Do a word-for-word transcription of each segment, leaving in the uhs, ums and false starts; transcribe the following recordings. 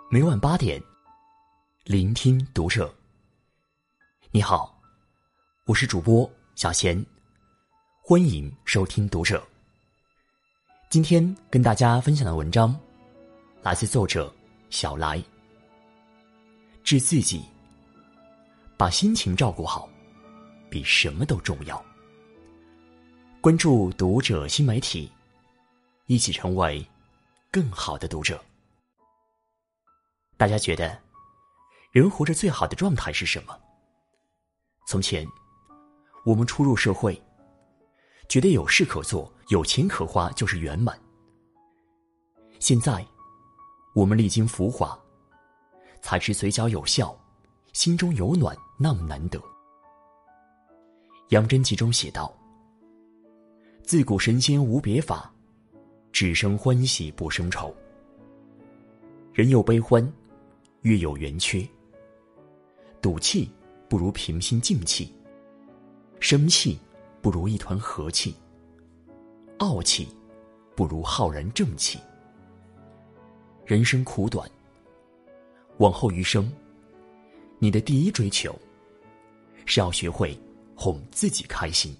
每晚八点，聆听读者。你好，我是主播小贤，欢迎收听读者。今天跟大家分享的文章来自作者小来。治自己，把心情照顾好，比什么都重要。关注读者新媒体，一起成为更好的读者。大家觉得人活着最好的状态是什么？从前我们初入社会，觉得有事可做，有钱可花就是圆满。现在我们历经浮华，才知嘴角有笑，心中有暖那么难得。杨真集中写道，自古神仙无别法，只生欢喜不生愁。人有悲欢，月有圆缺，赌气不如平心静气，生气不如一团和气，傲气不如浩然正气。人生苦短，往后余生，你的第一追求是要学会哄自己开心，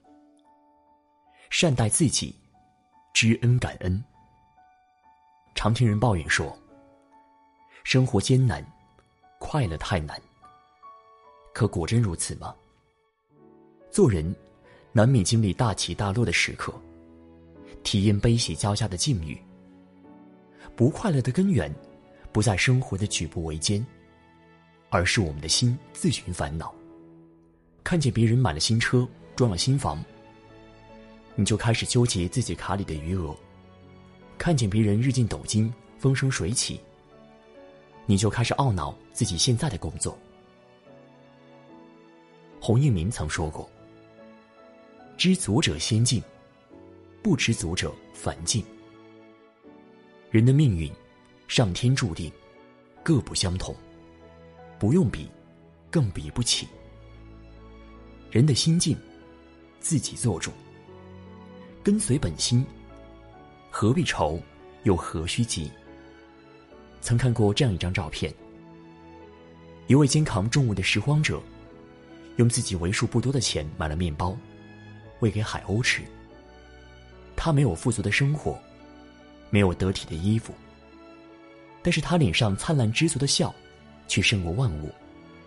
善待自己，知恩感恩。常听人抱怨说，生活艰难，快乐太难。可果真如此吗？做人难免经历大起大落的时刻，体验悲喜交加的境遇。不快乐的根源不在生活的举步维艰，而是我们的心自寻烦恼。看见别人买了新车，装了新房，你就开始纠结自己卡里的余额；看见别人日进斗金，风生水起，你就开始懊恼自己现在的工作。洪应明曾说过，知足者先进，不知足者反进。人的命运上天注定，各不相同，不用比，更比不起。人的心境自己做主，跟随本心，何必愁，又何须急。曾看过这样一张照片，一位肩扛重物的拾荒者，用自己为数不多的钱买了面包，喂给海鸥吃。他没有富足的生活，没有得体的衣服，但是他脸上灿烂知足的笑，却胜过万物。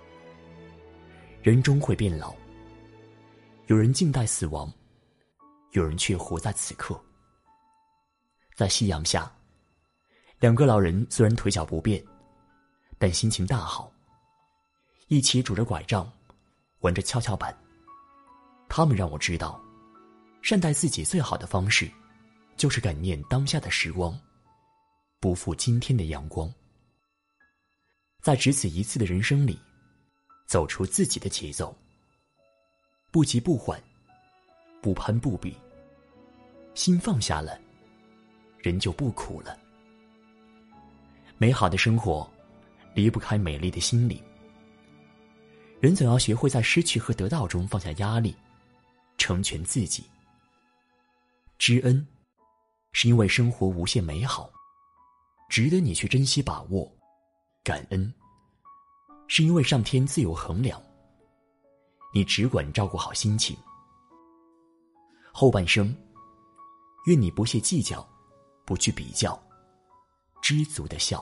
人终会变老，有人静待死亡，有人却活在此刻。在夕阳下，两个老人虽然腿脚不便，但心情大好，一起拄着拐杖，玩着跷跷板。他们让我知道，善待自己最好的方式，就是感念当下的时光，不负今天的阳光。在只此一次的人生里，走出自己的节奏，不急不缓，不攀不比，心放下了，人就不苦了。美好的生活离不开美丽的心灵。人总要学会在失去和得到中放下压力，成全自己。知恩是因为生活无限美好，值得你去珍惜把握；感恩是因为上天自有衡量，你只管照顾好心情。后半生，愿你不屑计较，不去比较，知足的笑，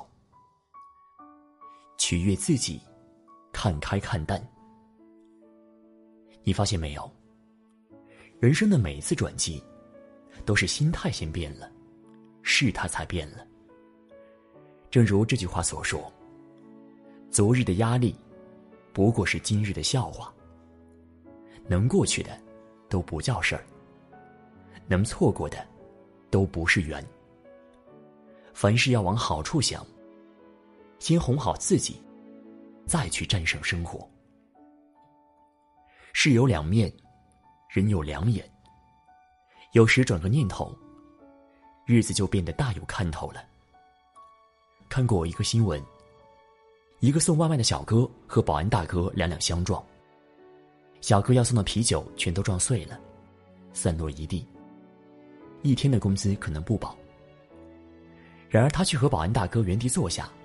取悦自己，看开看淡。你发现没有，人生的每一次转机，都是心态先变了，事态才变了。正如这句话所说，昨日的压力不过是今日的笑话。能过去的都不叫事儿，能错过的都不是缘。凡事要往好处想，先哄好自己，再去战胜生活。事有两面，人有两眼，有时转个念头，日子就变得大有看头了。看过一个新闻，一个送外卖的小哥和保安大哥两两相撞，小哥要送的啤酒全都撞碎了，散落一地，一天的工资可能不保。然而他却和保安大哥原地坐下，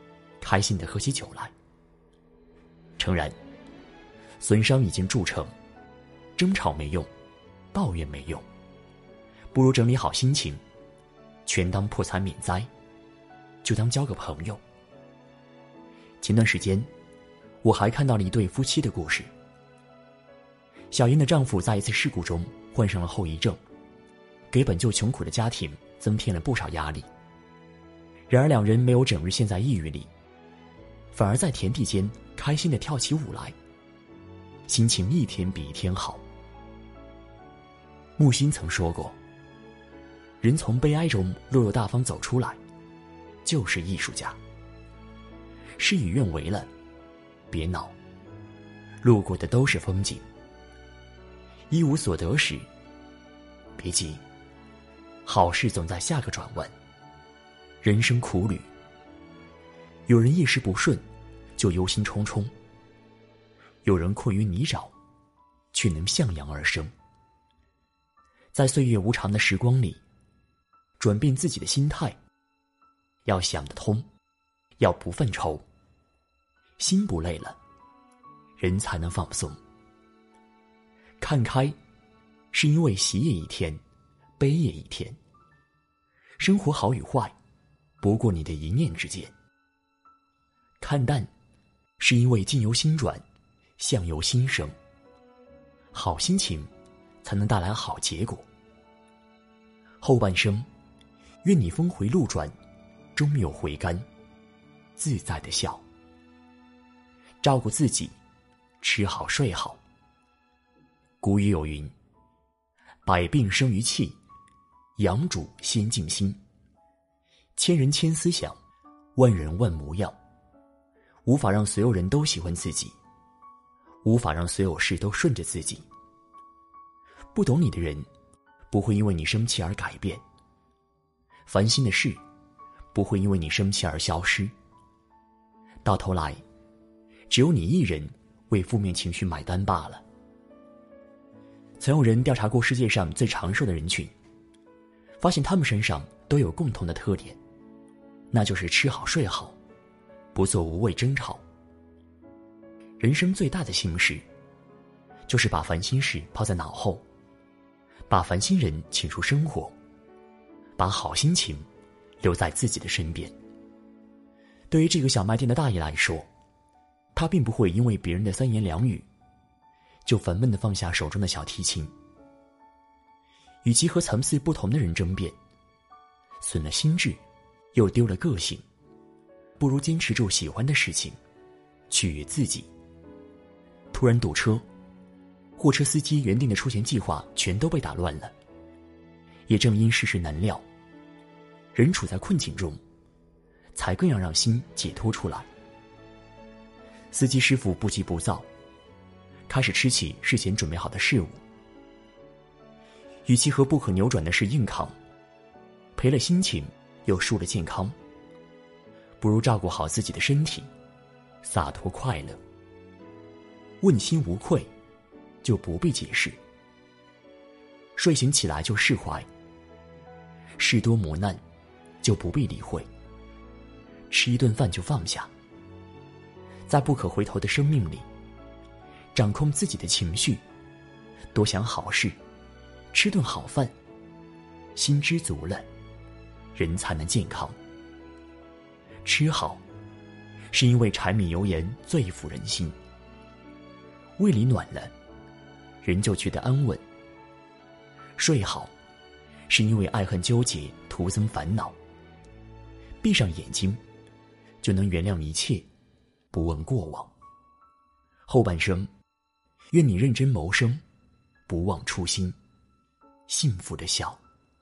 开心地喝起酒来。诚然，损伤已经铸成，争吵没用，抱怨没用，不如整理好心情，全当破财免灾，就当交个朋友。前段时间，我还看到了一对夫妻的故事。小英的丈夫在一次事故中患上了后遗症，给本就穷苦的家庭增添了不少压力。然而两人没有整日陷在抑郁里，反而在田地间开心地跳起舞来，心情一天比一天好。木心曾说过，人从悲哀中落落大方走出来，就是艺术家。事与愿违了，别恼，路过的都是风景。一无所得时，别急，好事总在下个转弯。人生苦旅，有人一时不顺就忧心忡忡，有人困于泥沼却能向阳而生。在岁月无常的时光里，转变自己的心态，要想得通，要不犯愁，心不累了，人才能放松。看开，是因为喜也一天，悲也一天。生活好与坏，不过你的一念之间。看淡，是因为境由心转，相由心生。好心情，才能带来好结果。后半生，愿你峰回路转，终有回甘，自在的笑。照顾自己，吃好睡好。古语有云，百病生于气，养主先静心。千人千思想，万人万模样。无法让所有人都喜欢自己，无法让所有事都顺着自己。不懂你的人，不会因为你生气而改变；烦心的事，不会因为你生气而消失。到头来，只有你一人为负面情绪买单罢了。曾有人调查过世界上最长寿的人群，发现他们身上都有共同的特点，那就是吃好睡好，不做无谓争吵。人生最大的幸事，就是把烦心事抛在脑后，把烦心人请出生活，把好心情留在自己的身边。对于这个小卖店的大爷来说，他并不会因为别人的三言两语就烦闷地放下手中的小提琴。与其和层次不同的人争辩，损了心智又丢了个性，不如坚持住喜欢的事情，取悦自己。突然堵车，货车司机原定的出钱计划全都被打乱了。也正因世事难料，人处在困境中，才更要让心解脱出来。司机师傅不急不躁，开始吃起事前准备好的事物。与其和不可扭转的事硬扛，赔了心情又输了健康，不如照顾好自己的身体，洒脱快乐。问心无愧，就不必解释。睡醒起来就释怀，事多磨难，就不必理会。吃一顿饭就放下。在不可回头的生命里，掌控自己的情绪，多想好事，吃顿好饭，心知足了，人才能健康。吃好，是因为柴米油盐最抚人心。胃里暖了，人就觉得安稳。睡好，是因为爱恨纠结徒增烦恼。闭上眼睛，就能原谅一切，不问过往。后半生，愿你认真谋生，不忘初心，幸福的笑。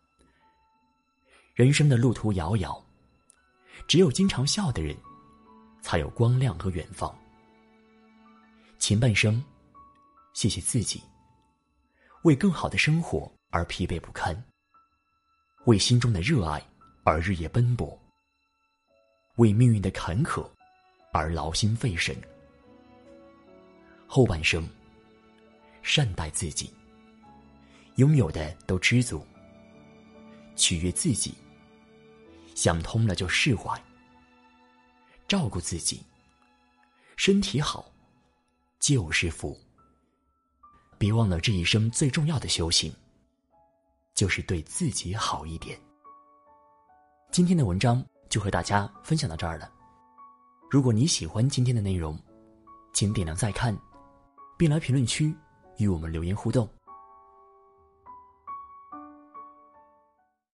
人生的路途遥遥，只有经常笑的人，才有光亮和远方。前半生，谢谢自己，为更好的生活而疲惫不堪，为心中的热爱而日夜奔波，为命运的坎坷而劳心费神。后半生，善待自己，拥有的都知足，取悦自己，想通了就释怀。 照顾自己，身体好就是福。别忘了这一生最重要的修行，就是对自己好一点。今天的文章就和大家分享到这儿了。如果你喜欢今天的内容，请点亮再看，并来评论区与我们留言互动。